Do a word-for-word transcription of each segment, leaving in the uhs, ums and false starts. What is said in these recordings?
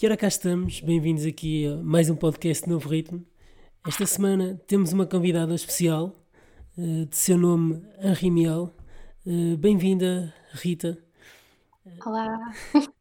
E ora cá estamos, bem-vindos aqui a mais um podcast Novo Ritmo. Esta semana temos uma convidada especial, eh, de seu nome Henri Miel. Eh, bem-vinda, Rita. Olá.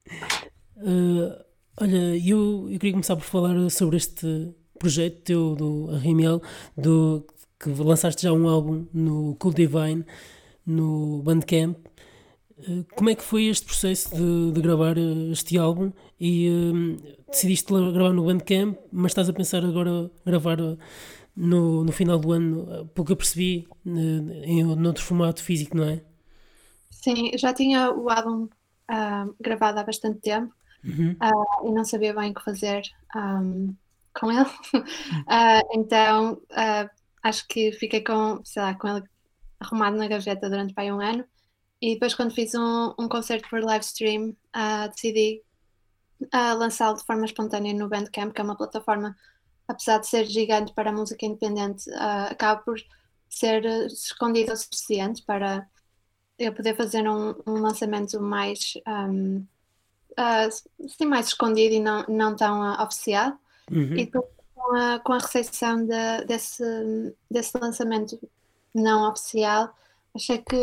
Eh, olha, eu, eu queria começar por falar sobre este projeto teu do Henri Miel, do, que lançaste já um álbum no Cool Divine, no Bandcamp. Eh, Como é que foi este processo de, de gravar eh, este álbum e eh, decidiste la- gravar no Bandcamp, mas estás a pensar agora gravar eh, no, no final do ano, eh, pelo que eu percebi, eh, em outro formato físico, não é? Sim, eu já tinha o álbum ah, gravado há bastante tempo Uhum. ah, e não sabia bem o que fazer ahm, com ele. Ah, então ah, acho que fiquei com, sei lá, com ele arrumado na gaveta durante bem um ano. E depois, quando fiz um, um concerto por live stream, ah, decidi ah, lançá-lo de forma espontânea no Bandcamp, que é uma plataforma, apesar de ser gigante para a música independente, ah, acaba por ser eh, escondida o suficiente para eu poder fazer um, um lançamento mais, um, uh, assim, mais escondido e não, não tão uh, oficial. E Uhum. depois, com a, com a recepção de, desse, desse lançamento não oficial, achei que,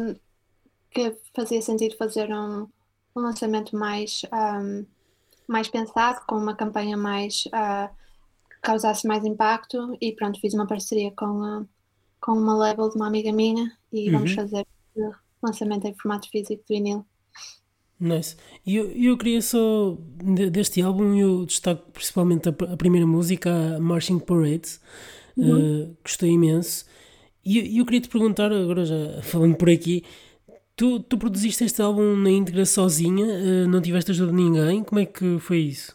que fazia sentido fazer um, um lançamento mais, um, mais pensado, com uma campanha mais uh, que causasse mais impacto. E pronto, fiz uma parceria com, a- com uma label de uma amiga minha e vamos Uhum. fazer o lançamento em formato físico de vinil. Nice. E eu, eu queria só, de- deste álbum, eu destaco principalmente a, pr- a primeira música, a Marching Parade. Uhum. Uh, gostei imenso. E eu, eu queria te perguntar, agora já falando por aqui, Tu, tu produziste este álbum na íntegra sozinha? Eh, não tiveste ajuda de ninguém? Como é que foi isso?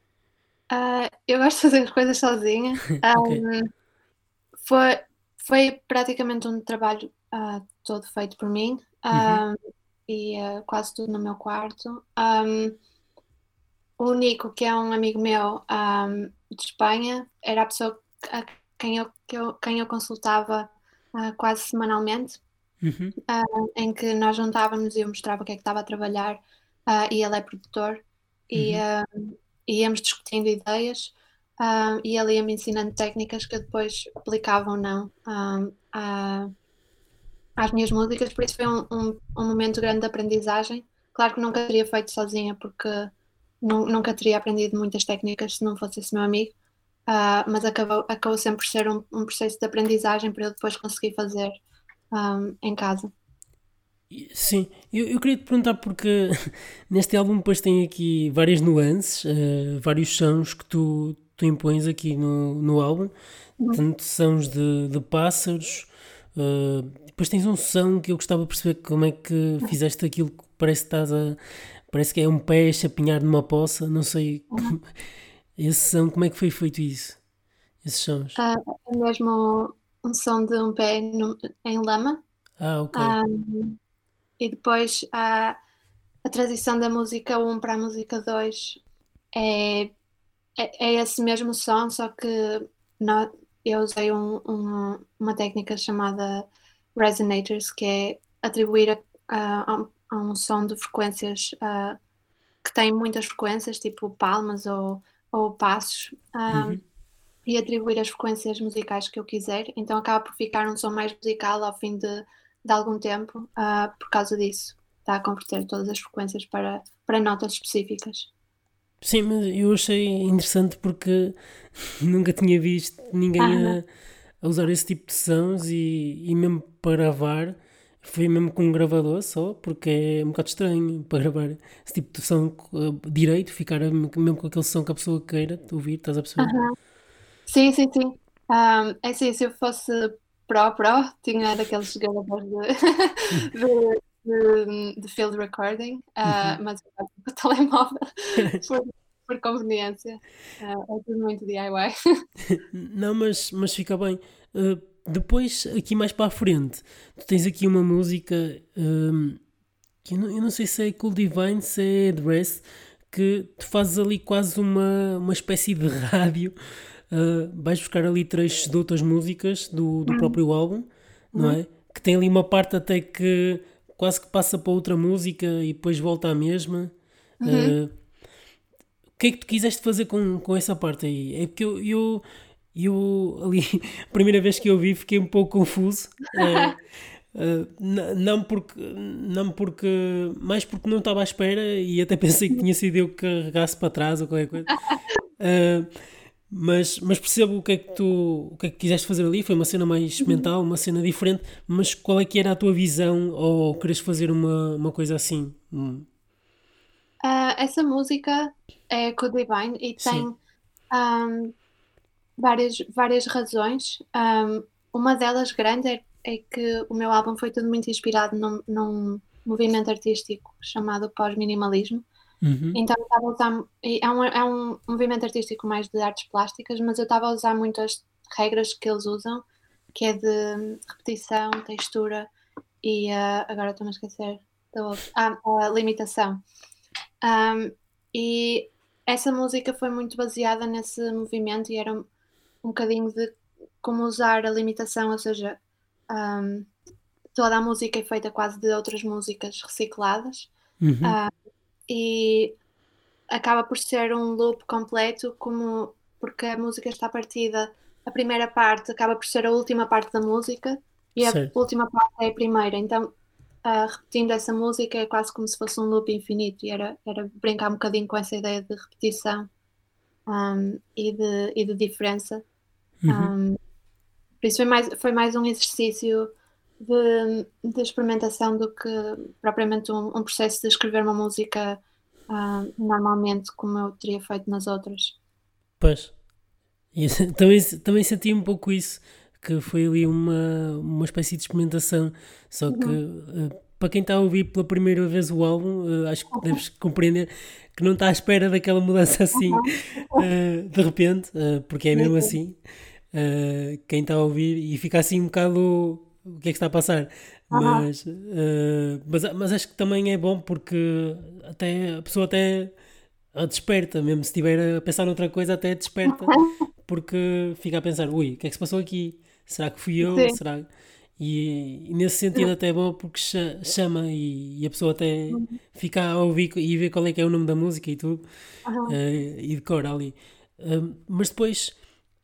Ah, eu gosto de fazer as coisas sozinha. Ok. Ahm, foi, foi praticamente um trabalho ah, todo feito por mim. Uhum. Ahm, e ah, quase tudo no meu quarto. Ahm, o Nico, que é um amigo meu ahm, de Espanha, era a pessoa a quem eu, que eu- quem eu consultava ah, quase semanalmente, Uhum. ah, em que nós juntávamos e eu mostrava o que é que estava a trabalhar, ah, e ele é produtor, e, Uhum. ah, e íamos discutindo ideias, ah, e ele ia-me ensinando técnicas que eu depois aplicava ou não, ah, à- às minhas músicas, por isso foi um, um, um momento grande de aprendizagem. Claro que nunca teria feito sozinha, porque nu- nunca teria aprendido muitas técnicas se não fosse esse meu amigo, ah, mas acabou, acabou sempre por ser um, um processo de aprendizagem para eu depois conseguir fazer, ah, em casa. E- Sim, eu, eu queria te perguntar porque neste álbum depois tem aqui várias nuances, eh, vários sons que tu, tu impões aqui no, no álbum, Uhum. tanto sons de, de pássaros, eh, depois tens um som que eu gostava de perceber como é que fizeste aquilo que parece que estás a, parece que é um peixe a pinhar numa poça, não sei, Uhum. esse som, como é que foi feito isso, esses sons? Ah, é mesmo um som de um pé no- em lama. Ah, ok. Ah, e depois ah, a transição da música um para a música dois é, é, é esse mesmo som, só que nó- eu usei um- uma, uma técnica chamada resonators, que é atribuir a, a- a um, a um som de frequências ah, que tem muitas frequências, tipo palmas ou, ou passos. Ah, Uhum. e atribuir as frequências musicais que eu quiser, então acaba por ficar um som mais musical ao fim de, de algum tempo, ah, por causa disso. Está a converter todas as frequências para, para notas específicas. Sim, mas eu achei interessante porque nunca tinha visto ninguém Aham, a, a usar esse tipo de sons e, e mesmo para gravar foi mesmo com um gravador só, porque é um bocado estranho para gravar esse tipo de som eh, direito, ficar mesmo mesmo com aquele som que a pessoa queira ouvir, estás a perceber? aham. Sim, sim, sim. Ah, é assim, se eu fosse pró, pró, tinha daqueles gravadores de, de, de, de field recording, ah, Uhum. mas eu faço com o telemóvel por, por conveniência. Ah, é tudo muito D I Y. Não, mas, mas fica bem. Uh, depois, aqui mais para a frente, tu tens aqui uma música um, que eu não, eu não sei se é Cool Divine, se é Dress, que tu fazes ali quase uma, uma espécie de rádio. Uh, vais buscar ali trechos de outras músicas do, do Uhum, próprio álbum, não uhum, é? Que tem ali uma parte até que quase que passa para outra música e depois volta à mesma. uhum. Uh, que é que tu quiseste fazer com, com essa parte aí? É porque eu, eu, eu ali, a primeira vez que eu vi, fiquei um pouco confuso. Uh, uh, n- não porque, não porque, mais porque não estava à espera e até pensei que tinha sido eu que carregasse para trás ou qualquer coisa. Uh, mas, mas percebo o que é que tu, o que é que quiseste fazer ali. Foi uma cena mais experimental, uma cena diferente. Mas qual é que era a tua visão ou queres fazer uma, uma coisa assim? Hum, Ah, essa música é com o Divine e sim. tem ahm, várias, várias razões. Ahm, uma delas grande é, é que o meu álbum foi tudo muito inspirado num, num movimento artístico chamado pós-minimalismo. Uhum. Então eu estava a usar, e é um, é um movimento artístico mais de artes plásticas, mas eu estava a usar muitas regras que eles usam, que é de repetição, textura e ah, agora estou-me a esquecer da outra. Ah, a limitação. Um, e essa música foi muito baseada nesse movimento e era um, um bocadinho de como usar a limitação, ou seja, um, toda a música é feita quase de outras músicas recicladas, Uhum. uh, e acaba por ser um loop completo, como porque a música está partida, a primeira parte acaba por ser a última parte da música e a Certo. última parte é a primeira. Então, ah, repetindo essa música é quase como se fosse um loop infinito e era, era brincar um bocadinho com essa ideia de repetição, um, e, de, e de diferença. Uhum. Um, por isso foi mais, foi mais um exercício de, de experimentação do que propriamente um, um processo de escrever uma música, ah, normalmente como eu teria feito nas outras. Pois. E também, também senti um pouco isso, que foi ali uma, uma espécie de experimentação. Só que Uhum. eh, para quem está a ouvir pela primeira vez o álbum, eh, acho que deves compreender que não está à espera daquela mudança assim Uhum. eh, de repente, eh, porque é Sim, mesmo sim. assim. Eh, quem está a ouvir e fica assim um bocado o que é que está a passar. Uhum. Mas, eh, mas, mas acho que também é bom porque até a pessoa até a desperta, mesmo se estiver a pensar noutra coisa, até desperta, porque fica a pensar, ui, o que é que se passou aqui? Será que fui eu? Sim. Será? E, e nesse sentido até é bom porque cha- chama e, e a pessoa até Uhum. fica a ouvir e ver qual é que é o nome da música e tudo, Uhum. eh, e decora ali. Um, mas depois,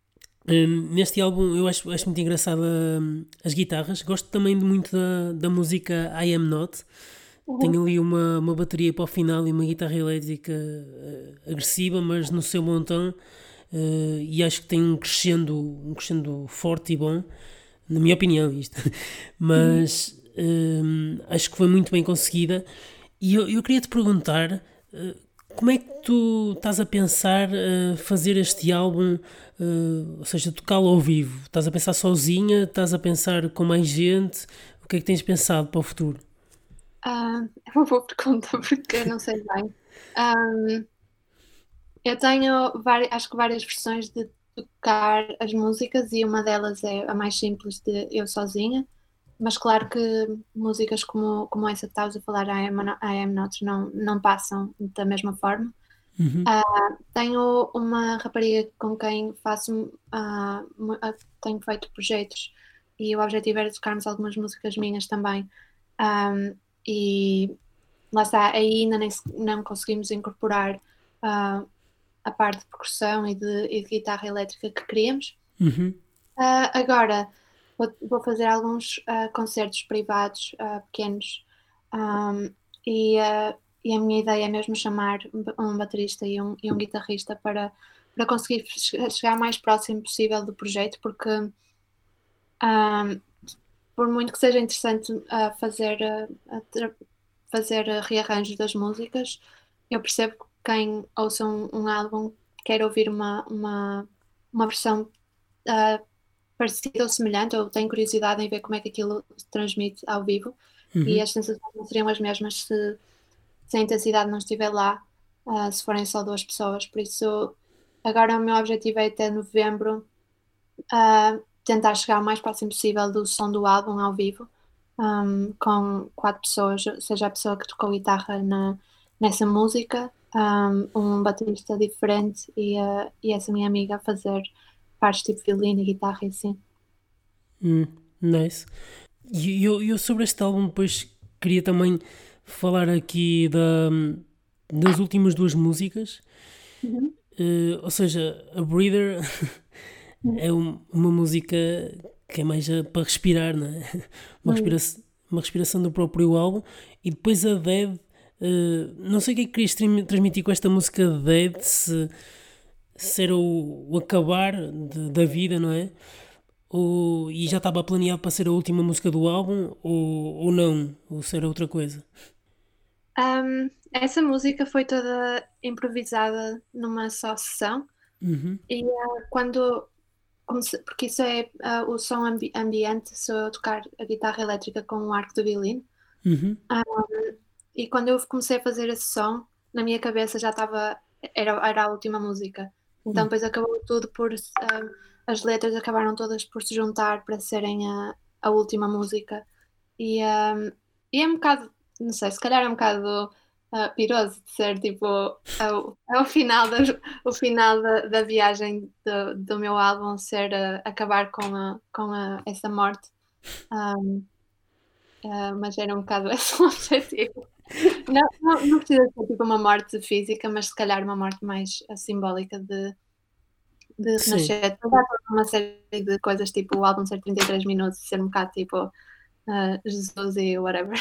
um, neste álbum, eu acho, acho muito engraçado um, as guitarras. Gosto também de muito da, da música I Am Not. Uhum. Tenho ali uma, uma bateria para o final e uma guitarra elétrica eh, agressiva, mas no seu bom tom, eh, e acho que tem um crescendo, um crescendo forte e bom, na minha opinião, isto. Uhum. Mas eh, acho que foi muito bem conseguida. E eu, eu queria te perguntar, eh, como é que tu estás a pensar eh, fazer este álbum, eh, ou seja, tocá-lo ao vivo? Estás a pensar sozinha? Estás a pensar com mais gente? O que é que tens pensado para o futuro? Ah, é uma boa pergunta porque eu não sei bem. Um, eu tenho várias, acho que várias versões de tocar as músicas e uma delas é a mais simples de eu sozinha, mas claro que músicas como, como essa que estavas a falar, I Am, Not- I Am Not, não, não passam da mesma forma. Uhum, Ah, tenho uma rapariga com quem faço, ah, mu- ah, tenho feito projetos e o objetivo era tocarmos algumas músicas minhas também. Um, e lá está, aí ainda nem, se- não conseguimos incorporar, ah, a parte de percussão e de, e de guitarra elétrica que queríamos. uhum. Ah, agora vou, vou fazer alguns ah, concertos privados, ah, pequenos, ahm, e, ah, e a minha ideia é mesmo chamar um, ba- um baterista e um, e um guitarrista para, para conseguir che- chegar o mais próximo possível do projeto, porque ahm, por muito que seja interessante ah, fazer, ah, a tra- fazer ah, rearranjos das músicas, eu percebo que quem ouça um, um álbum quer ouvir uma, uma, uma versão ah, parecida ou semelhante, ou tem curiosidade em ver como é que aquilo se transmite ao vivo, e Uhum. as sensações não seriam as mesmas se, se a intensidade não estiver lá, ah, se forem só duas pessoas. Por isso, agora o meu objetivo é até novembro, ah, tentar chegar o mais próximo possível do som do álbum ao vivo, ahm, com quatro pessoas, seja a pessoa que tocou guitarra na, nessa música, ahm, um baterista diferente e, ah, e essa minha amiga a fazer partes tipo violino e guitarra e assim. Hum, nice. E eu, eu sobre este álbum depois queria também falar aqui da, das últimas duas músicas. Uhum. Eh, ou seja, a Breather é um- uma música que é mais eh, para respirar, não é? Uma, respira Uhum. uma respiração do próprio álbum. E depois a Dead, eh, não sei o que é que querias trim- transmitir com esta música Dead, se, se era o, o acabar de- da vida, não é? Ou, e já estava planeado para ser a última música do álbum, ou, ou não, ou se era outra coisa. Um, essa música foi toda improvisada numa só sessão Uhum, e uh, quando comecei, porque isso é uh, o som ambi- ambiente, se eu tocar a guitarra elétrica com um arco de violino. uhum, E quando eu comecei a fazer esse som, na minha cabeça já estava, era, era a última música. Então uhum. depois acabou tudo por, ah, as letras acabaram todas por se juntar para serem a, a última música. E, ah, e é um bocado, não sei, se calhar é um bocado ah, piroso de ser tipo ao, ao final, da, o final da, da viagem do, do meu álbum ser ah, acabar com, a, com a, essa morte. Ah, ah, mas era um bocado esse o objetivo. Não, não, não precisa ser tipo uma morte física, mas se calhar uma morte mais uh, simbólica de, de Sim, renascer. Toda uma série de coisas, tipo o álbum ser trinta e três minutos e ser um bocado tipo uh, Jesus e whatever.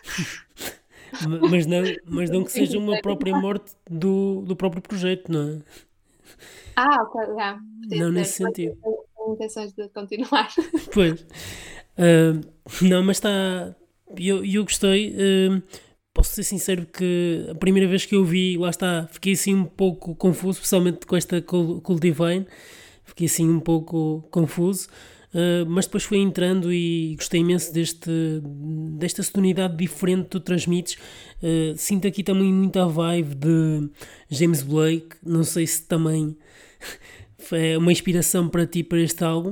Ma- mas não, mas não que seja uma própria morte do, do próprio projeto, não é? Ah, ok, já, podia Não nesse ser, mas sentido. eu tenho intenções de continuar. Pois. Ah, não, mas está. Eu, eu gostei. ah, posso ser sincero que a primeira vez que eu vi, lá está, fiquei assim um pouco confuso, especialmente com esta Cul- Cultivine. Fiquei assim um pouco confuso. ah, mas depois fui entrando e gostei imenso deste, desta sonoridade diferente que tu transmites. Ah, sinto aqui também muita vibe de James Blake. Não sei se também é uma inspiração para ti para este álbum.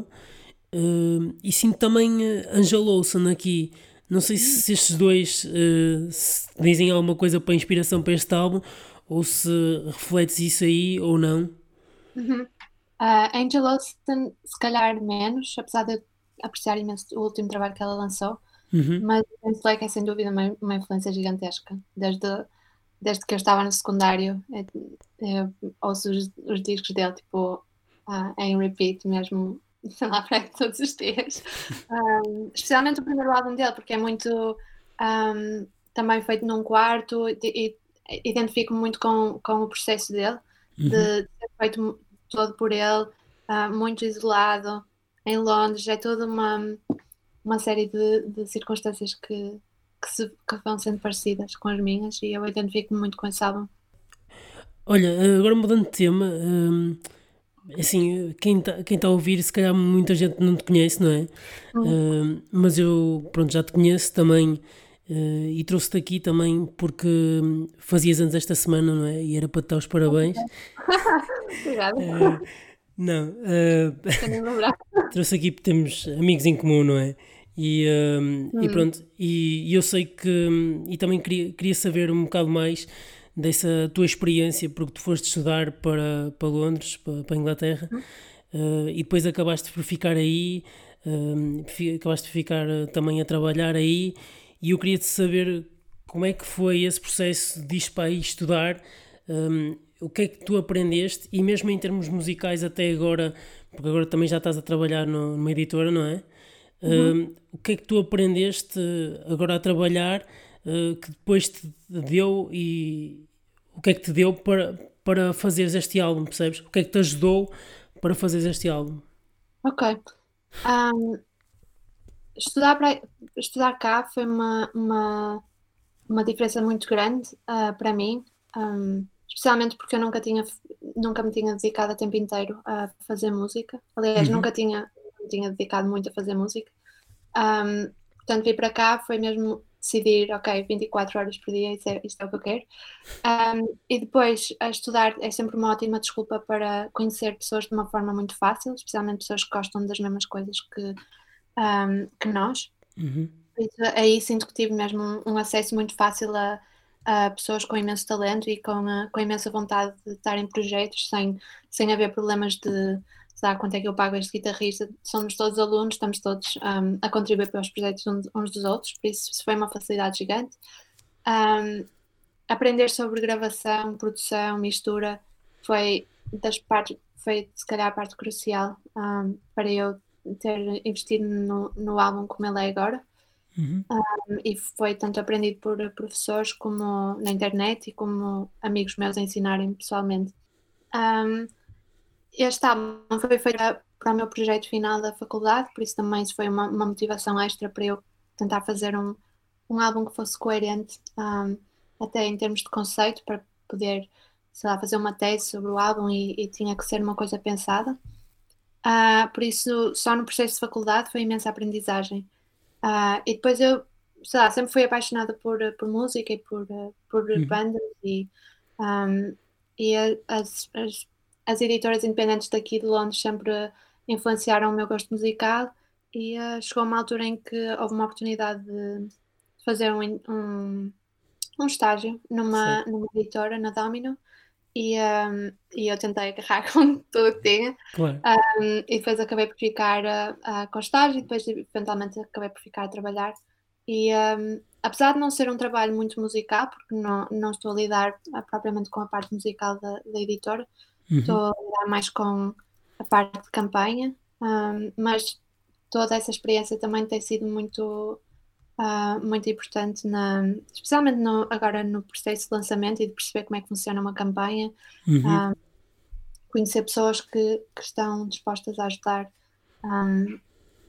Uh, e sinto também uh, Angel Olsen aqui. Não sei se estes dois uh, se dizem alguma coisa para inspiração para este álbum ou se refletes isso aí ou não. Uhum. Uh, Angel Olsen, se calhar menos, apesar de eu apreciar imenso o último trabalho que ela lançou, Uhum, mas James Blake é sem dúvida uma, uma influência gigantesca. Desde, desde que eu estava no secundário, eu, eu ouço os, os discos dele tipo, ah, em repeat mesmo, sei lá, para todos os dias. Um, especialmente o primeiro álbum dele, porque é muito um, também feito num quarto e, e identifico muito com, com o processo dele, uhum. de ser feito todo por ele, ah, muito isolado, em Londres, é toda uma uma série de, de circunstâncias que, que, se, que vão sendo parecidas com as minhas e eu identifico-me muito com esse álbum. Olha, uh, agora mudando de tema, um, assim, quem está quem tá a ouvir, se calhar muita gente não te conhece, não é? Hum. Uh, mas eu, pronto, já te conheço também uh, e trouxe-te aqui também porque hum, fazias anos esta semana, não é? E era para te dar os parabéns. Obrigada. Uh, não, uh, Eu nem lembrar. trouxe aqui porque temos amigos em comum, não é? E, hum, e Hum. pronto, e, e eu sei que. hum, E também queria, queria saber um bocado mais dessa tua experiência, porque tu foste estudar para, para Londres, para, para a Inglaterra, uh, e depois acabaste por ficar aí, hum, fi- acabaste por ficar uh, também a trabalhar aí, e eu queria-te saber como é que foi esse processo de ir para aí estudar, hum, o que é que tu aprendeste, e mesmo em termos musicais até agora, porque agora também já estás a trabalhar no- numa editora, não é? Uhum. Hum, o que é que tu aprendeste agora a trabalhar uh, que depois te deu e o que é que te deu para, para fazeres este álbum, percebes? O que é que te ajudou para fazeres este álbum? Ok. Um, estudar, para, estudar cá foi uma, uma, uma diferença muito grande ah, para mim, um, especialmente porque eu nunca tinha, nunca me tinha dedicado a tempo inteiro a fazer música. Aliás, Uhum, nunca tinha, me tinha dedicado muito a fazer música. Um, portanto, vir para cá foi mesmo decidir, ok, vinte e quatro horas por dia, isto é, isto é o que eu quero. Um, e depois, a estudar é sempre uma ótima desculpa para conhecer pessoas de uma forma muito fácil, especialmente pessoas que gostam das mesmas coisas que, um, que nós. uhum, Por isso, aí sinto que tive mesmo um, um acesso muito fácil a, a pessoas com imenso talento e com, a, com imensa vontade de estar em projetos sem, sem haver problemas de sei lá, quanto é que eu pago a este guitarrista. Somos todos alunos, estamos todos um, a contribuir para os projetos uns, uns dos outros, por isso isso foi uma facilidade gigante. Um, aprender sobre gravação, produção, mistura foi das partes, foi se calhar a parte crucial um, para eu ter investido no, no álbum como ele é agora. Uhum. Um, e foi tanto aprendido por professores como na internet e como amigos meus a ensinarem pessoalmente. Um, este álbum foi feito para o meu projeto final da faculdade, por isso também isso foi uma, uma motivação extra para eu tentar fazer um, um álbum que fosse coerente, um, até em termos de conceito, para poder, sei lá, fazer uma tese sobre o álbum e, e tinha que ser uma coisa pensada. Uh, por isso, só no processo de faculdade foi imensa aprendizagem. Uh, e depois eu, sei lá, sempre fui apaixonada por, por música e por, por Uhum. bandas e, um, e as, as, as editoras independentes daqui de Londres sempre influenciaram o meu gosto musical e uh, chegou uma altura em que houve uma oportunidade de fazer um, um, um estágio numa, numa editora, na Domino, e, um, e eu tentei agarrar com tudo que tinha. Claro. Um, e depois acabei por ficar uh, uh, com estágio e depois eventualmente acabei por ficar a trabalhar. E um, apesar de não ser um trabalho muito musical, porque não, não estou a lidar uh, propriamente com a parte musical da, da editora, Uhum. estou a lidar mais com a parte de campanha, um, mas toda essa experiência também tem sido muito, uh, muito importante, na, especialmente no, agora no processo de lançamento e de perceber como é que funciona uma campanha. Uhum. Um, conhecer pessoas que, que estão dispostas a ajudar um,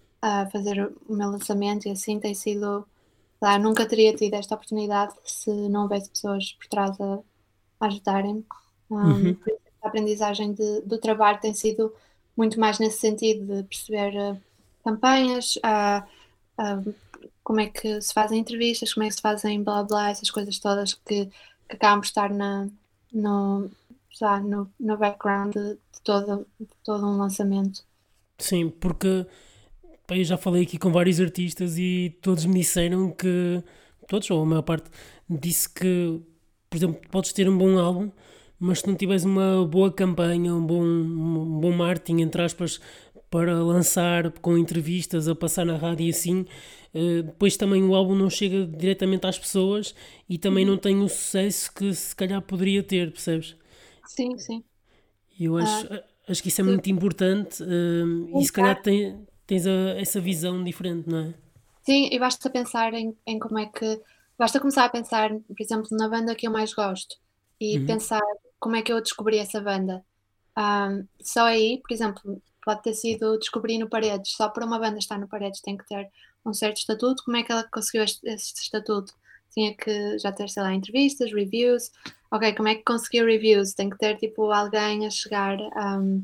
a fazer o meu lançamento e assim tem sido, lá, nunca teria tido esta oportunidade se não houvesse pessoas por trás a, a ajudarem-me. Um, Uhum. por isso, a aprendizagem de, do trabalho tem sido muito mais nesse sentido de perceber uh, campanhas, uh, uh, como é que se fazem entrevistas, como é que se fazem blá blá, essas coisas todas que, que acabam por estar na, no, já no, no background de, de, todo, de todo um lançamento. Sim, porque pá, eu já falei aqui com vários artistas e todos me disseram que, todos ou a maior parte, disse que, por exemplo, podes ter um bom álbum, mas se não tiveres uma boa campanha, um bom, um bom marketing, entre aspas, para lançar com entrevistas, a passar na rádio e assim, eh, depois também o álbum não chega diretamente às pessoas e também não tem o sucesso que se calhar poderia ter, percebes? Sim, sim. E eu acho, Uh, acho que isso é que, muito importante, eh, e se calhar tem, tens a- essa visão diferente, não é? sim, e basta pensar em, em como é que. Basta começar a pensar, por exemplo, na banda que eu mais gosto e Uhum. pensar como é que eu descobri essa banda. Um, só aí, por exemplo, pode ter sido descobrir no Paredes, só para uma banda estar no Paredes tem que ter um certo estatuto. Como é que ela conseguiu este, este estatuto? Tinha que já ter, sei lá, entrevistas, reviews. Ok, como é que conseguiu reviews? Tem que ter tipo alguém a chegar um,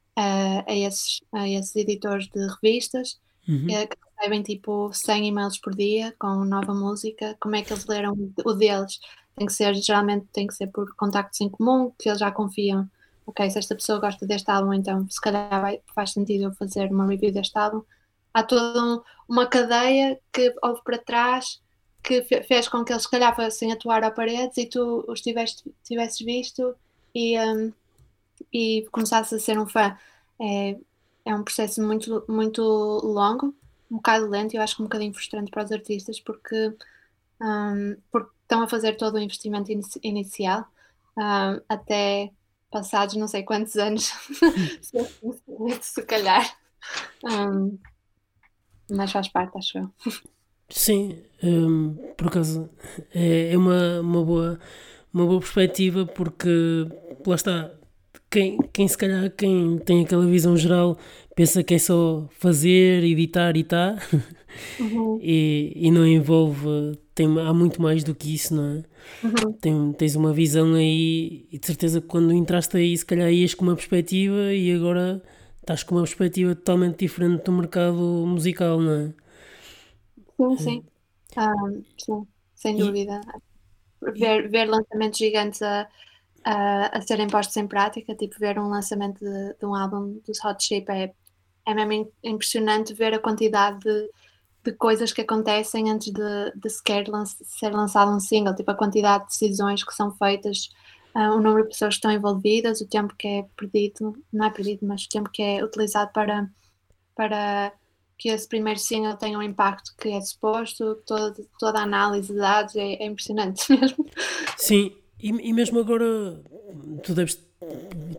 a, a, esses, a esses editores de revistas Uhum. eh, que recebem tipo cem e-mails por dia com nova música. Como é que eles leram o deles? Tem que ser, geralmente tem que ser por contactos em comum, que eles já confiam. Ok, se esta pessoa gosta deste álbum, então se calhar vai, faz sentido eu fazer uma review deste álbum. Há toda um, uma cadeia que houve para trás que fe- fez com que eles se calhar fossem atuar a paredes e tu os tiveste, tivesses visto e, um, e começasses a ser um fã. É, é um processo muito, muito longo, um bocado lento e eu acho que um bocadinho frustrante para os artistas porque, um, porque estão a fazer todo o investimento inici- inicial um, até passados não sei quantos anos, se se calhar, um, mas faz parte, acho eu. Sim, hum, por acaso é, é uma, uma boa, uma boa perspectiva porque lá está, quem, quem se calhar quem tem aquela visão geral pensa que é só fazer, editar e tá Uhum, e, e não envolve, tem, há muito mais do que isso, não é? uhum. Tem, tens uma visão aí e de certeza que quando entraste aí se calhar ias com uma perspectiva e agora estás com uma perspectiva totalmente diferente do mercado musical, não é? Sim, sim. Um, sim, sem E, dúvida. e- Ver, ver lançamentos gigantes a, a, a serem postos em prática, tipo ver um lançamento de, de um álbum dos Hot Chip é, é mesmo im- impressionante ver a quantidade de, de coisas que acontecem antes de, de sequer lan- ser lançado um single, tipo a quantidade de decisões que são feitas, ah, o número de pessoas que estão envolvidas, o tempo que é perdido, não é perdido, mas o tempo que é utilizado para, para que esse primeiro single tenha o impacto que é suposto, toda, toda a análise de dados é, é impressionante mesmo. sim, e, e mesmo agora tu deves,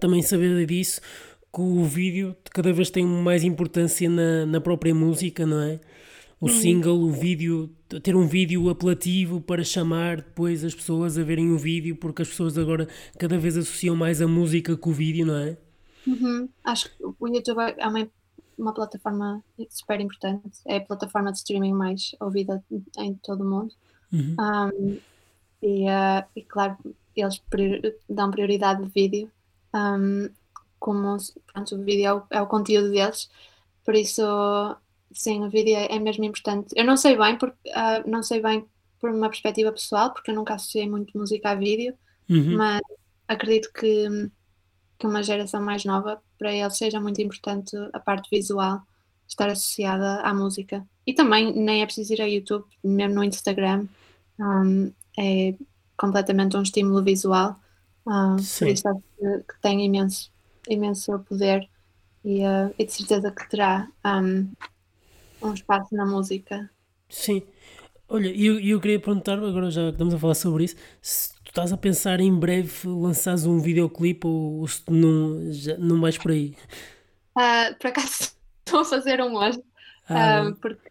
também saber disso, que o vídeo cada vez tem mais importância na, na própria música, não é? O Uhum. single, o vídeo, ter um vídeo apelativo para chamar depois as pessoas a verem o vídeo, porque as pessoas agora cada vez associam mais a música com o vídeo, não é? Uhum. Acho que o YouTube é uma, uma plataforma super importante. É a plataforma de streaming mais ouvida em todo o mundo. Uhum. Um, e, uh, e claro, eles priori- dão prioridade de vídeo. Um, como pronto, o vídeo é o, é o conteúdo deles. Por isso, sim, o vídeo é, é mesmo importante. Eu não sei bem, porque, uh, não sei bem por uma perspectiva pessoal, porque eu nunca associei muito música a vídeo, Uhum. mas acredito que que uma geração mais nova, para eles seja muito importante a parte visual estar associada à música. E também nem é preciso ir ao YouTube, mesmo no Instagram, um, é completamente um estímulo visual, um, por Sim. isso acho que, que tem imenso, imenso poder e, uh, e de certeza que terá um, um espaço na música. Sim. Olha, e eu, eu queria perguntar, agora já que estamos a falar sobre isso, se tu estás a pensar em breve lançares um videoclipe ou, ou se tu não, já, não vais por aí. Uh, por acaso estou a fazer um hoje, Ah, uh, bom. porque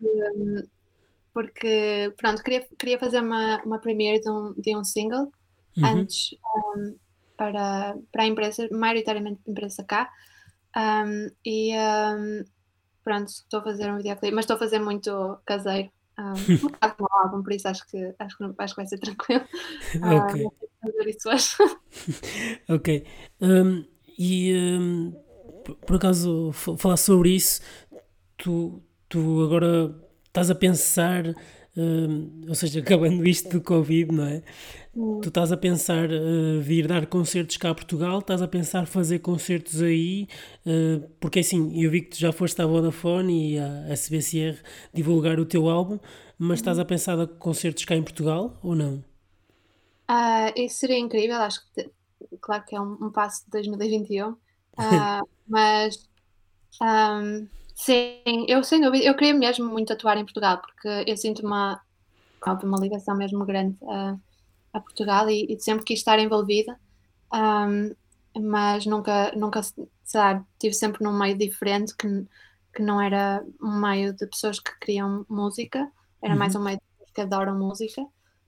porque pronto, queria, queria fazer uma, uma premiere de um, de um single Uhum. antes um, para, para a empresa, maioritariamente para a empresa cá. Um, e um, pronto, estou a fazer um videoclipe, mas estou a fazer muito caseiro. Um, um bocado como um álbum, por isso acho que, acho que, acho que vai ser tranquilo. Ok, Uh, vou ter que fazer isso hoje. ok. Hum, e hum, por, por acaso, f- falar sobre isso, tu, tu agora estás a pensar, hum, ou seja, acabando isto do Covid, não é? Tu Hum. estás a pensar uh, vir dar concertos cá a Portugal, estás a pensar fazer concertos aí, uh, porque assim, eu vi que tu já foste à Vodafone e à S B C R divulgar o teu álbum, mas estás a pensar a concertos cá em Portugal ou não? Ah, isso seria incrível, acho que, te- claro que é um, um passo de dois mil e vinte e um, ah, mas Um, sim, eu sem dúvida, eu queria mesmo muito atuar em Portugal, porque eu sinto uma, óbvio, uma ligação mesmo grande a, a Portugal e, e sempre quis estar envolvida, um, mas nunca, nunca, sei lá, estive sempre num meio diferente que, que não era um meio de pessoas que queriam música, era mais Uhum. um meio de pessoas que adoram música.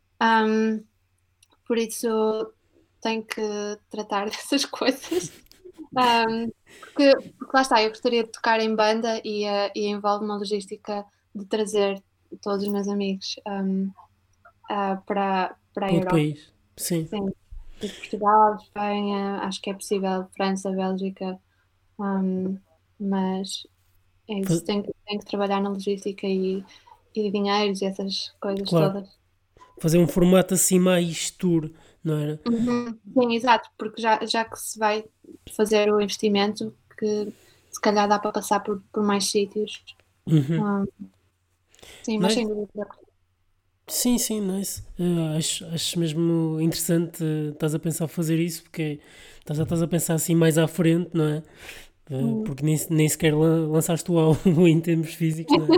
Um, por isso tenho que tratar dessas coisas. Um, porque, porque lá está, eu gostaria de tocar em banda e, uh, e envolve uma logística de trazer todos os meus amigos um, uh, para, para a Para outro Europa. país? Sim. Sim, de Portugal, Espanha, acho que é possível, França, Bélgica, um, mas é isso, Fa- tenho, que- tenho que trabalhar na logística e, e dinheiros e essas coisas Claro. todas. Fazer um formato assim mais tour, não era? Uhum. Sim, exato, porque já, já que se vai fazer o investimento, que se calhar dá para passar por, por mais sítios. Uhum. Hum, sim, mas sem Nice. dúvida. Sim, sim, nice. Eh, acho, acho mesmo interessante eh, estás a pensar fazer isso, porque estás a, estás a pensar assim mais à frente, não é? Eh, Hum, porque nem, nem sequer lan- lançaste o álbum em termos físicos, não é?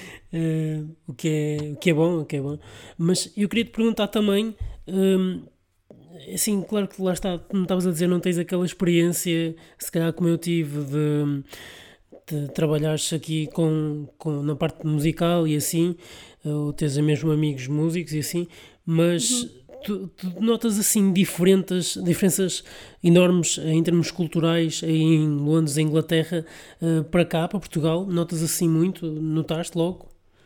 Eh, o que é, o que é bom, o que é bom. Mas eu queria te perguntar também, hum, assim, claro que lá está, como estavas a dizer, não tens aquela experiência, se calhar como eu tive, de, de trabalhares aqui com, com, na parte musical e assim, ou tens mesmo amigos músicos e assim, mas uhum. tu, tu notas assim diferentes, diferenças enormes em termos culturais em Londres, em Inglaterra, eh, para cá, para Portugal? Notas assim muito? Notaste logo?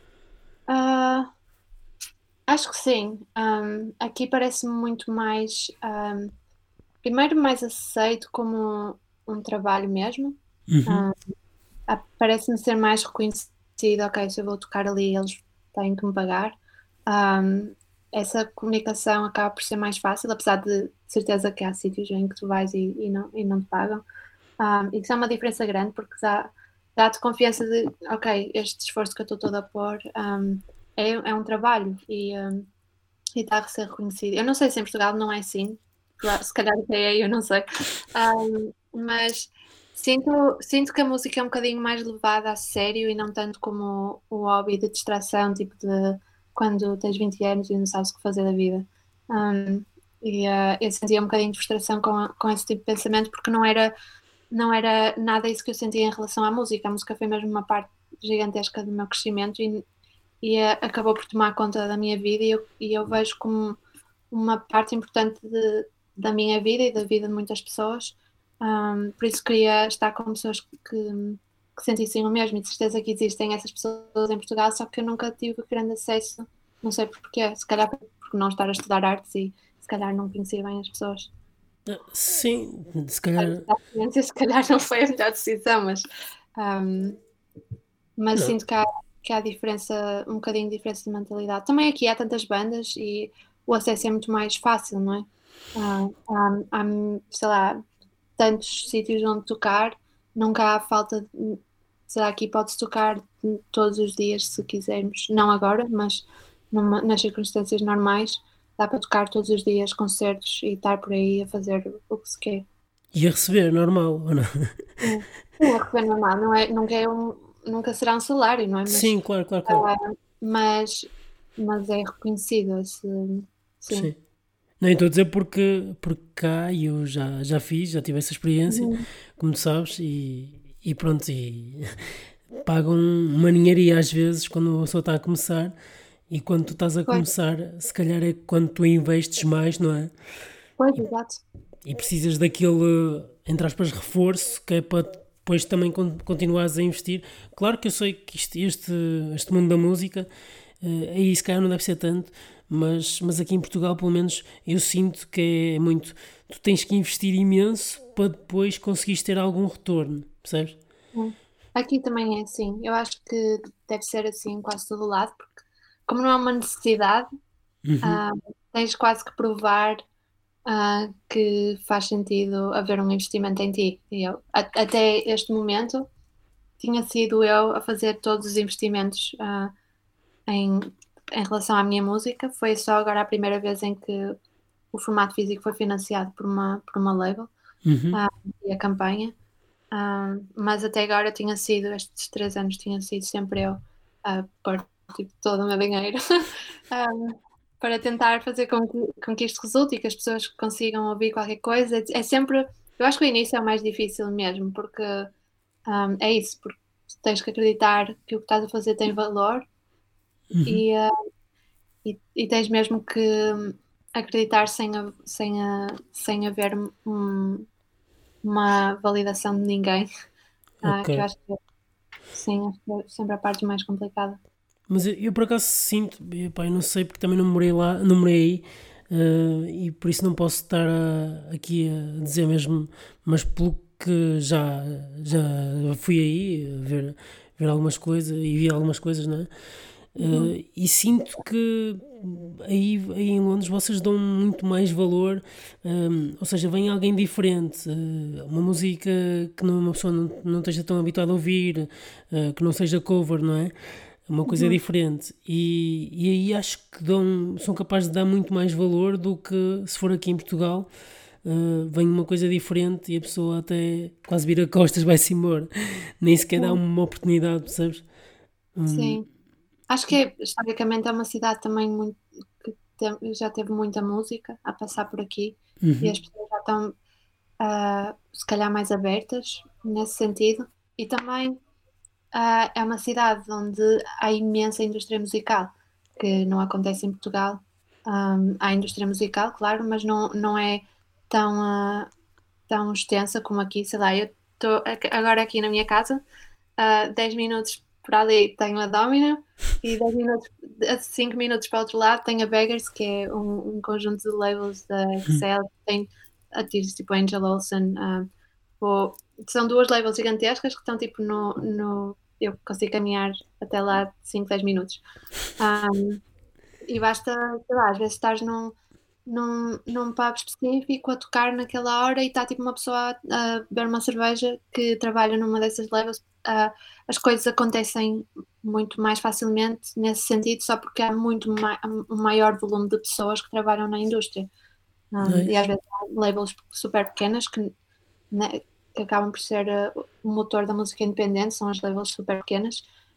Ah, acho que sim. Hum, aqui parece-me muito mais, hum, primeiro mais aceito como um trabalho mesmo. Uhum. Hum, ah, parece-me ser mais reconhecido, ok, se eu vou tocar ali, eles têm que me pagar. Hum, essa comunicação acaba por ser mais fácil, apesar de certeza que há sítios em que tu vais e, e não, e não te pagam. Um, isso é uma diferença grande porque dá, dá-te confiança de, ok, este esforço que eu estou toda a pôr um, é, é um trabalho e, um, e está a ser reconhecido. Eu não sei se em Portugal não é assim, claro, se calhar até é, eu não sei. Um, mas sinto, sinto que a música é um bocadinho mais levada a sério e não tanto como o, o hobby de distração, tipo de quando tens vinte anos e não sabes o que fazer da vida. Um, E uh, eu sentia um bocadinho de frustração com, a, com esse tipo de pensamento, porque não era, não era nada isso que eu sentia em relação à música. A música foi mesmo uma parte gigantesca do meu crescimento e, e uh, acabou por tomar conta da minha vida, e eu, e eu vejo como uma parte importante de, da minha vida e da vida de muitas pessoas. Um, por isso queria estar com pessoas que, que sentissem o mesmo, e de certeza que existem essas pessoas em Portugal, só que eu nunca tive grande acesso, não sei porquê, se calhar por não estar a estudar artes e se calhar não conhecia bem as pessoas. Ah, sim, se A calhar. estudar ciência, se calhar não foi a melhor decisão, mas, um, mas Não. sinto que há, que há diferença, um bocadinho de diferença de mentalidade. Também aqui há tantas bandas e o acesso é muito mais fácil, não é? Ah, há, há, sei lá, tantos sítios onde tocar, nunca há falta de. Será que pode-se tocar todos os dias se quisermos? Não agora, mas numa, nas circunstâncias normais, dá para tocar todos os dias concertos e estar por aí a fazer o que se quer. E a receber, normal, ou não? Sim, sim, é receber normal, não é, nunca, é um, nunca será um salário, não é? Mas, Sim, claro, claro, claro. ah, mas, mas é reconhecido esse, sim. Sim. Não, estou a dizer porque, porque cá eu já, já fiz, já tive essa experiência, Uhum. como tu sabes, e, e pronto, e pagam uma ninharia às vezes quando a pessoa está a começar, e quando tu estás a Pois, começar, se calhar é quando tu investes mais, não é? pois, exato. E precisas daquele, entre aspas, reforço que é para depois também con- continuares a investir. Claro que eu sei que isto- este, este mundo da música, eh, aí se calhar não deve ser tanto, mas, mas aqui em Portugal, pelo menos, eu sinto que é muito. Tu tens que investir imenso para depois conseguires ter algum retorno, percebes? Hum. Aqui também é assim. Eu acho que deve ser assim em quase todo o lado, porque como não é uma necessidade, Uhum, ah, tens quase que provar, ah, que faz sentido haver um investimento em ti. E eu, a- até este momento, tinha sido eu a fazer todos os investimentos, ah, em, em relação à minha música. Foi só agora a primeira vez em que o formato físico foi financiado por uma, por uma label, uhum. ah, e a campanha. Ah, mas até agora tinha sido, estes três anos tinha sido sempre eu a pôr tipo, todo o meu dinheiro ah, para tentar fazer com que, com que isto resulte e que as pessoas consigam ouvir qualquer coisa. É sempre, eu acho que o início é o mais difícil mesmo, porque ah, é isso, porque tens que acreditar que o que estás a fazer tem valor e, ah, e, e tens mesmo que acreditar sem, a- sem, a- sem haver um- uma validação de ninguém. Ah, Ok. que eu acho que sim, acho que é sempre a parte mais complicada. Mas eu, eu por acaso sinto, eu, pá, eu não sei porque também não morei lá, não morei aí, eh, e por isso não posso estar a- aqui a dizer mesmo, mas pelo que já, já fui aí a ver, ver algumas coisas e vi algumas coisas, não é? Uhum. Eh, e sinto que aí, aí em Londres vocês dão muito mais valor, ehm, ou seja, vem alguém diferente, eh, uma música que não, uma pessoa não, não esteja tão habituada a ouvir, eh, que não seja cover, não é? Uma coisa Uhum. diferente. E, e aí acho que dão, são capazes de dar muito mais valor do que se for aqui em Portugal. Uh, vem uma coisa diferente e a pessoa até quase vira costas, vai-se embora. Nem sequer dá Sim, uma oportunidade, percebes? Hum, sim. Acho que é, historicamente é uma cidade também muito que tem- já teve muita música a passar por aqui e as uhum, pessoas já estão, ah, se calhar mais abertas nesse sentido. E também, ah, é uma cidade onde há imensa indústria musical, que não acontece em Portugal. Um, há indústria musical, claro, mas não, não é tão, ah, tão extensa como aqui. Sei lá, eu estou agora aqui na minha casa, a dez minutos para ali tenho a Domino e dez minutos, a cinco minutos para o outro lado tenho a Beggars, que é um, um conjunto de labels da Excel, que tem artistas tipo Angel Olsen. ah, ou- São duas labels gigantescas que estão tipo no, no eu consigo caminhar até lá cinco dez minutos. Ah, e basta, sei lá, às vezes estás num, num, num pub específico a tocar naquela hora e está tipo uma pessoa a, a beber uma cerveja que trabalha numa dessas levels. Ah, as coisas acontecem muito mais facilmente nesse sentido, só porque há muito ma um maior volume de pessoas que trabalham na indústria. Um, e às nice. vezes há labels super pequenas que, né, que acabam por ser, uh, o motor da música independente, são as labels super pequenas.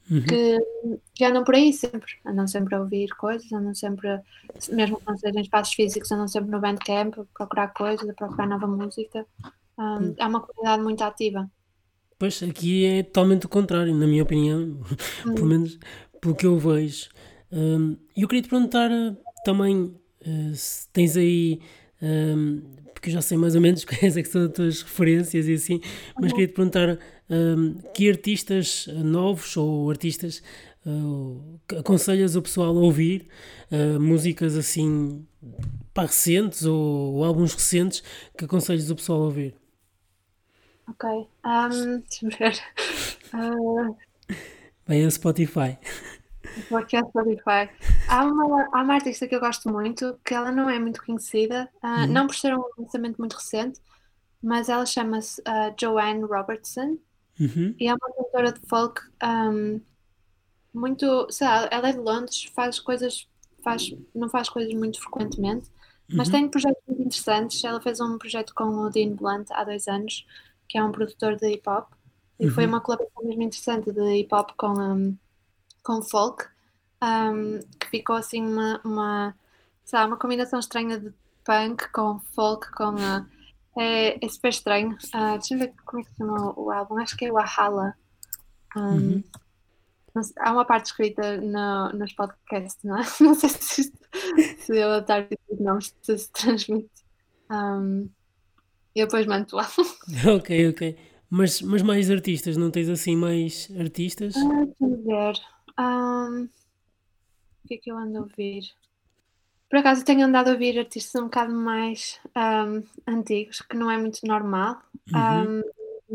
Uhum. que, que andam por aí sempre, andam sempre a ouvir coisas, andam sempre, a- mesmo que não sejam espaços físicos, andam sempre no Bandcamp a procurar coisas, a procurar nova música. Um, é uma comunidade muito ativa. Pois aqui é totalmente o contrário, na minha opinião, pelo Hum, menos pelo que eu vejo. Hum, eu queria te perguntar uh, também uh, se tens aí, hum, porque eu já sei mais ou menos quais é que são as tuas referências e assim, mas uhum. queria te perguntar hum, que artistas uh, novos ou artistas uh, que aconselhas o pessoal a ouvir, uh, músicas assim pá, recentes ou, ou álbuns recentes que aconselhas o pessoal a ouvir. Ok. Um, deixa-me ver. Uh, Bem, a Spotify. Podcast Spotify. Há uma, há uma artista que eu gosto muito, que ela não é muito conhecida, ah, Uhum, não por ser um lançamento muito recente, mas ela chama-se ah, Joanne Robertson uhum, e é uma cantora de folk ahm, muito, sei lá, ela é de Londres, faz coisas, faz, não faz coisas muito frequentemente, mas uhum, tem projetos muito interessantes. Ela fez um projeto com o Dean Blunt há dois anos, que é um produtor de hip hop, e foi uhum. uma colaboração mesmo interessante de hip hop com, ahm, com folk, ahm, que ficou assim uma, uma, sei lá, uma combinação estranha de punk com folk, com a, é, é super estranho. Ah, deixa-me ver como é que se chama o álbum, acho que é o Ahala. Uhum. Ahm, não sei, há uma parte escrita no, nos podcasts, não é? Não sei se, isto- se eu adaptar os nomes se se transmite. Ahm, e depois mando lá. Ok, ok. Mas, mas mais artistas, não tens assim mais artistas? Ah, deixa-me ver. Ahm, o que é que eu ando a ouvir? Por acaso tenho andado a ouvir artistas um bocado mais ahm, antigos, que não é muito normal. Uhum, Ahm,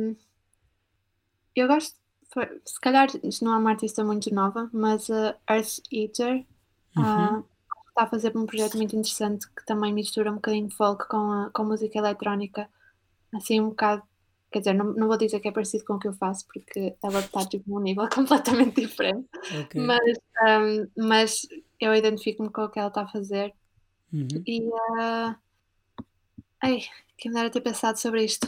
eu gosto, foi- se calhar isto não é uma artista muito nova, mas a Earth Eater uhum. ah, está a fazer um projeto muito interessante que também mistura um bocadinho de folk com, a- com música eletrónica, assim um bocado, quer dizer, não, não vou dizer que é parecido com o que eu faço, porque ela está tipo num nível completamente diferente, Ok. mas, ahm, mas eu identifico-me com o que ela está a fazer Uhum. e ah, ai, quem me dera ter pensado sobre isto.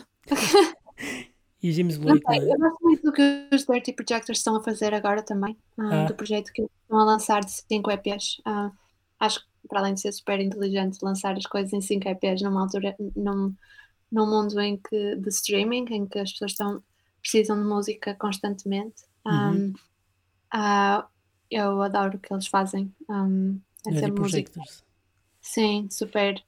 E James Não Blake, não sei, é? eu gosto muito do que os Dirty Projectors estão a fazer agora também, ah, do Ah, projeto que estão a lançar de cinco E Ps. Ah, acho que, para além de ser super inteligente, lançar as coisas em cinco E Ps numa altura, num, num mundo em que, de streaming, em que as pessoas estão, precisam de música constantemente. uhum. Um, ah, eu adoro o que eles fazem. Um, é Dirty sempre música, Projectors. sim, super.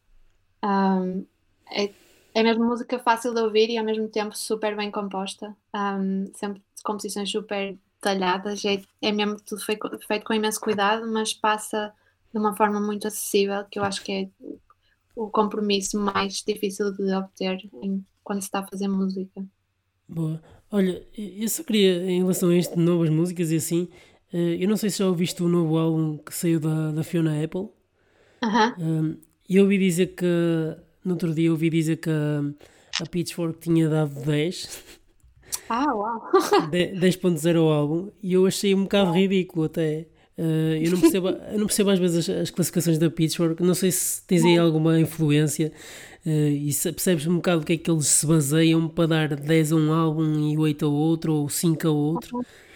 Um, é, é mesmo música fácil de ouvir e ao mesmo tempo super bem composta. Um, sempre de composições super detalhadas. É, é mesmo tudo feito, feito com imenso cuidado, mas passa de uma forma muito acessível, que eu acho que é o compromisso mais difícil de obter em- quando se está a fazer música. Boa. Olha, eu só queria, em relação a isto de novas músicas e assim, eh, eu não sei se já ouviste o novo álbum que saiu da, da Fiona Apple. Aham. Um, eu ouvi dizer que, no outro dia, ouvi dizer que a, a Pitchfork tinha dado dez. Ah, uau! de- dez ponto zero ao álbum e eu achei um bocado ridículo até. Uh, eu, não percebo, eu não percebo às vezes as, as classificações da Pitchfork, não sei se tens aí alguma influência uh, e se percebes um bocado o que é que eles se baseiam para dar dez a um álbum e oito a outro ou cinco a outro.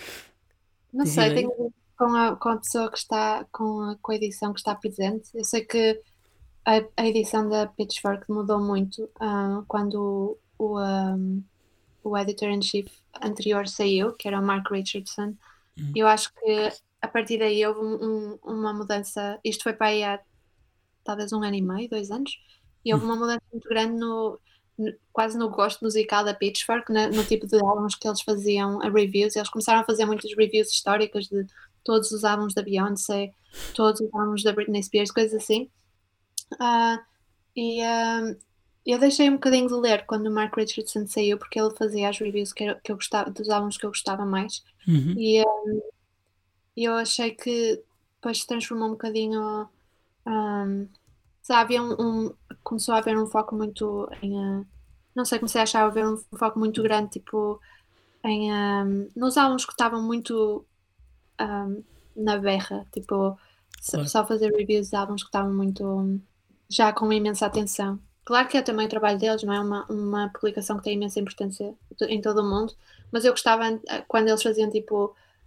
Não Tens sei, tenho ideia? a ver com a, com a pessoa que está, com a, com a edição que está presente. Eu sei que a, a edição da Pitchfork mudou muito ah, quando o, um, o editor-in-chief anterior saiu, que era o Mark Richardson. Eu acho que a partir daí houve um- um- uma mudança. Isto foi para aí há talvez um ano e meio, dois anos, e houve uma mudança muito grande no, no- quase no gosto musical da Pitchfork, na- no tipo de álbuns que eles faziam a reviews. Eles começaram a fazer muitas reviews históricas de todos os álbuns da Beyoncé, todos os álbuns da Britney Spears, coisas assim. Ah, e ah, eu deixei um bocadinho de ler quando o Mark Richardson saiu, porque ele fazia as reviews que, eu- que eu gostava, dos álbuns que eu gostava mais. Uhum. E ah, eu achei que depois se transformou um bocadinho. ah, Sabe, havia um, um- começou a haver um foco muito em. ah, não sei, comecei a achar haver um foco muito grande, tipo, em. ah, nos álbuns que estavam muito ah, na berra, tipo, só Claro. só fazer reviews de álbuns que estavam muito. Já com uma imensa atenção. Claro que é também o trabalho deles, não é? Uma, uma publicação que tem imensa importância em todo o mundo, mas eu gostava ah, quando eles faziam tipo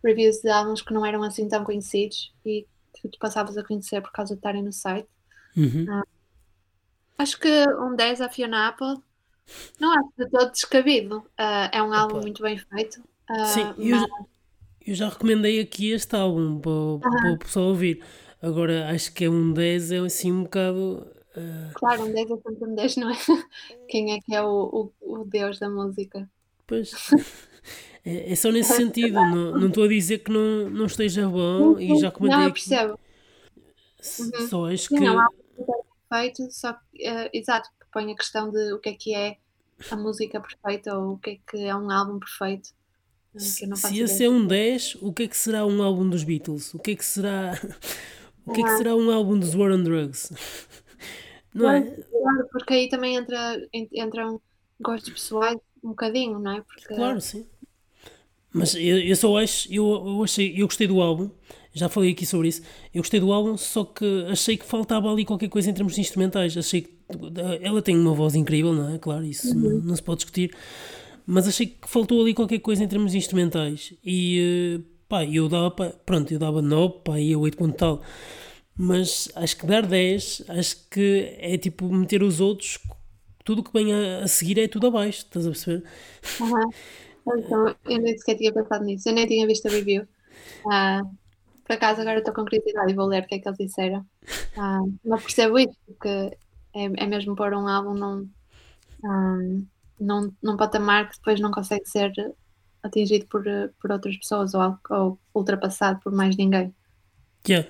reviews de álbuns que não eram assim tão conhecidos e que tu passavas a conhecer por causa de estarem no site. Uhum. Ah, acho que um dez a Fiona Apple não acho de todo descabido. Ah, é um álbum Opa. muito bem feito. Sim, ah, eu, mas já- eu já recomendei aqui este álbum para, para ah, o pessoal ouvir. Agora, acho que é um dez, é assim um bocado. ah, claro, um dez é sempre um dez, não é? Quem é que é o, o, o deus da música? Pois, é, é só nesse sentido. Não não estou a dizer que não, não esteja Sim, bom e sim. já Não, comentei eu aqui. percebo. S- Uhum. Só acho Sim, é um que. álbum muito bem feito, só que, eh, exato, que põe a questão de o que é que é a música perfeita ou o que é que é um álbum perfeito, eh, Se, que eu não se faço ideia. esse é um dez, o que é que será um álbum dos Beatles? O que é que será. O que é que Aham. será um álbum dos War on Drugs? Não Claro, é? claro, porque aí também entra, en- entram gostos pessoais um bocadinho, não é? Porque. Claro, sim. Mas eu, eu só acho, eu, eu achei, eu gostei do álbum, já falei aqui sobre isso. Eu gostei do álbum, só que achei que faltava ali qualquer coisa em termos de instrumentais. Achei que ela tem uma voz incrível, não é? Claro, isso não, Uhum. não se pode discutir. Mas achei que faltou ali qualquer coisa em termos de instrumentais. E eh, pá, eu dava, pá, pronto, eu dava nove, pá, e oito ponto tal. Mas acho que dar dez, acho que é tipo meter os outros, tudo o que vem a, a seguir é tudo abaixo, estás a perceber? Aham. Então, eu nem sequer tinha pensado nisso, eu nem tinha visto a review. Ah, por acaso agora estou com curiosidade e vou ler o que é que eles disseram. Ah, mas percebo isso, porque é, é mesmo pôr um álbum num, ah, num, num patamar que depois não consegue ser atingido por, eh, por outras pessoas ou, al- ou ultrapassado por mais ninguém. Yeah.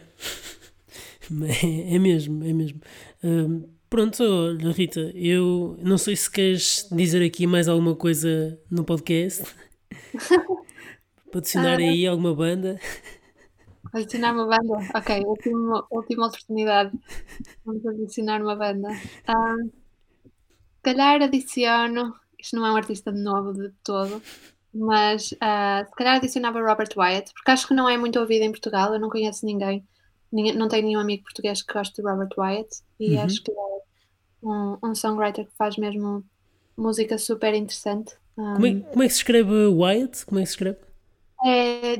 É, é mesmo, é mesmo. Hum, pronto, olha, Rita, eu não sei se queres dizer aqui mais alguma coisa no podcast, para adicionar Ah, aí alguma banda. adicionar uma banda? Ok, última, última oportunidade. Vamos adicionar uma banda. Ah, se calhar adiciono. Isto não é um artista novo de todo, mas ah, se calhar adicionava Robert Wyatt, porque acho que não é muito ouvido em Portugal. Eu não conheço ninguém, ninguém- não tenho nenhum amigo português que goste de Robert Wyatt e Uhum. acho que é um, um songwriter que faz mesmo música super interessante. Como é, Um, como é que se escreve Wyatt? Como é que se escreve? é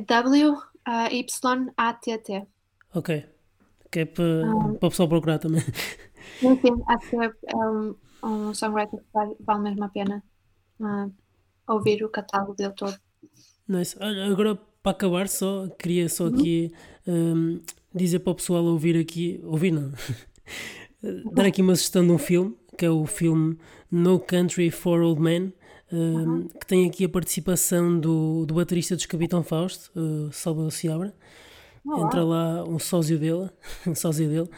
W-Y-A-T-T. Ok, que é para, para o pessoal procurar também. Sim, sim, acho que é, é um, um songwriter que vale, vale mesmo a pena ah, ouvir o catálogo dele todo. Nice. Olha, agora para acabar só, queria só Uhum. aqui hum, dizer para o pessoal ouvir aqui, ouvir não, dar aqui uma sugestão de um filme, que é o filme No Country for Old Men, Uhum. hum, que tem aqui a participação do, do baterista dos Capitão Fausto, uh, Salvador Seabra. Oh, Entra uau. lá um sósia dele, um sósia dele.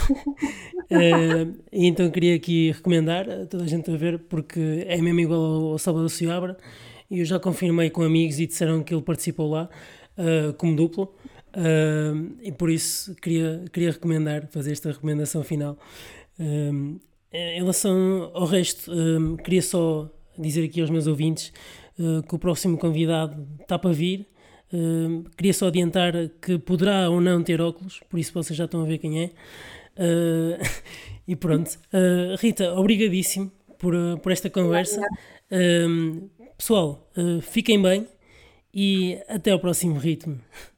Uh, e então queria aqui recomendar a toda a gente a ver, porque é mesmo igual ao, ao Salvador Seabra. E eu já confirmei com amigos e disseram que ele participou lá uh, como duplo. Uh, e por isso queria, queria recomendar, fazer esta recomendação final. Um, em relação ao resto, um, queria só dizer aqui aos meus ouvintes uh, que o próximo convidado está para vir. Um, queria só adiantar que poderá ou não ter óculos, por isso vocês já estão a ver quem é. Uh, e pronto. Uh, Rita, obrigadíssimo por, uh, por esta conversa. Um, pessoal, uh, fiquem bem e até ao próximo ritmo.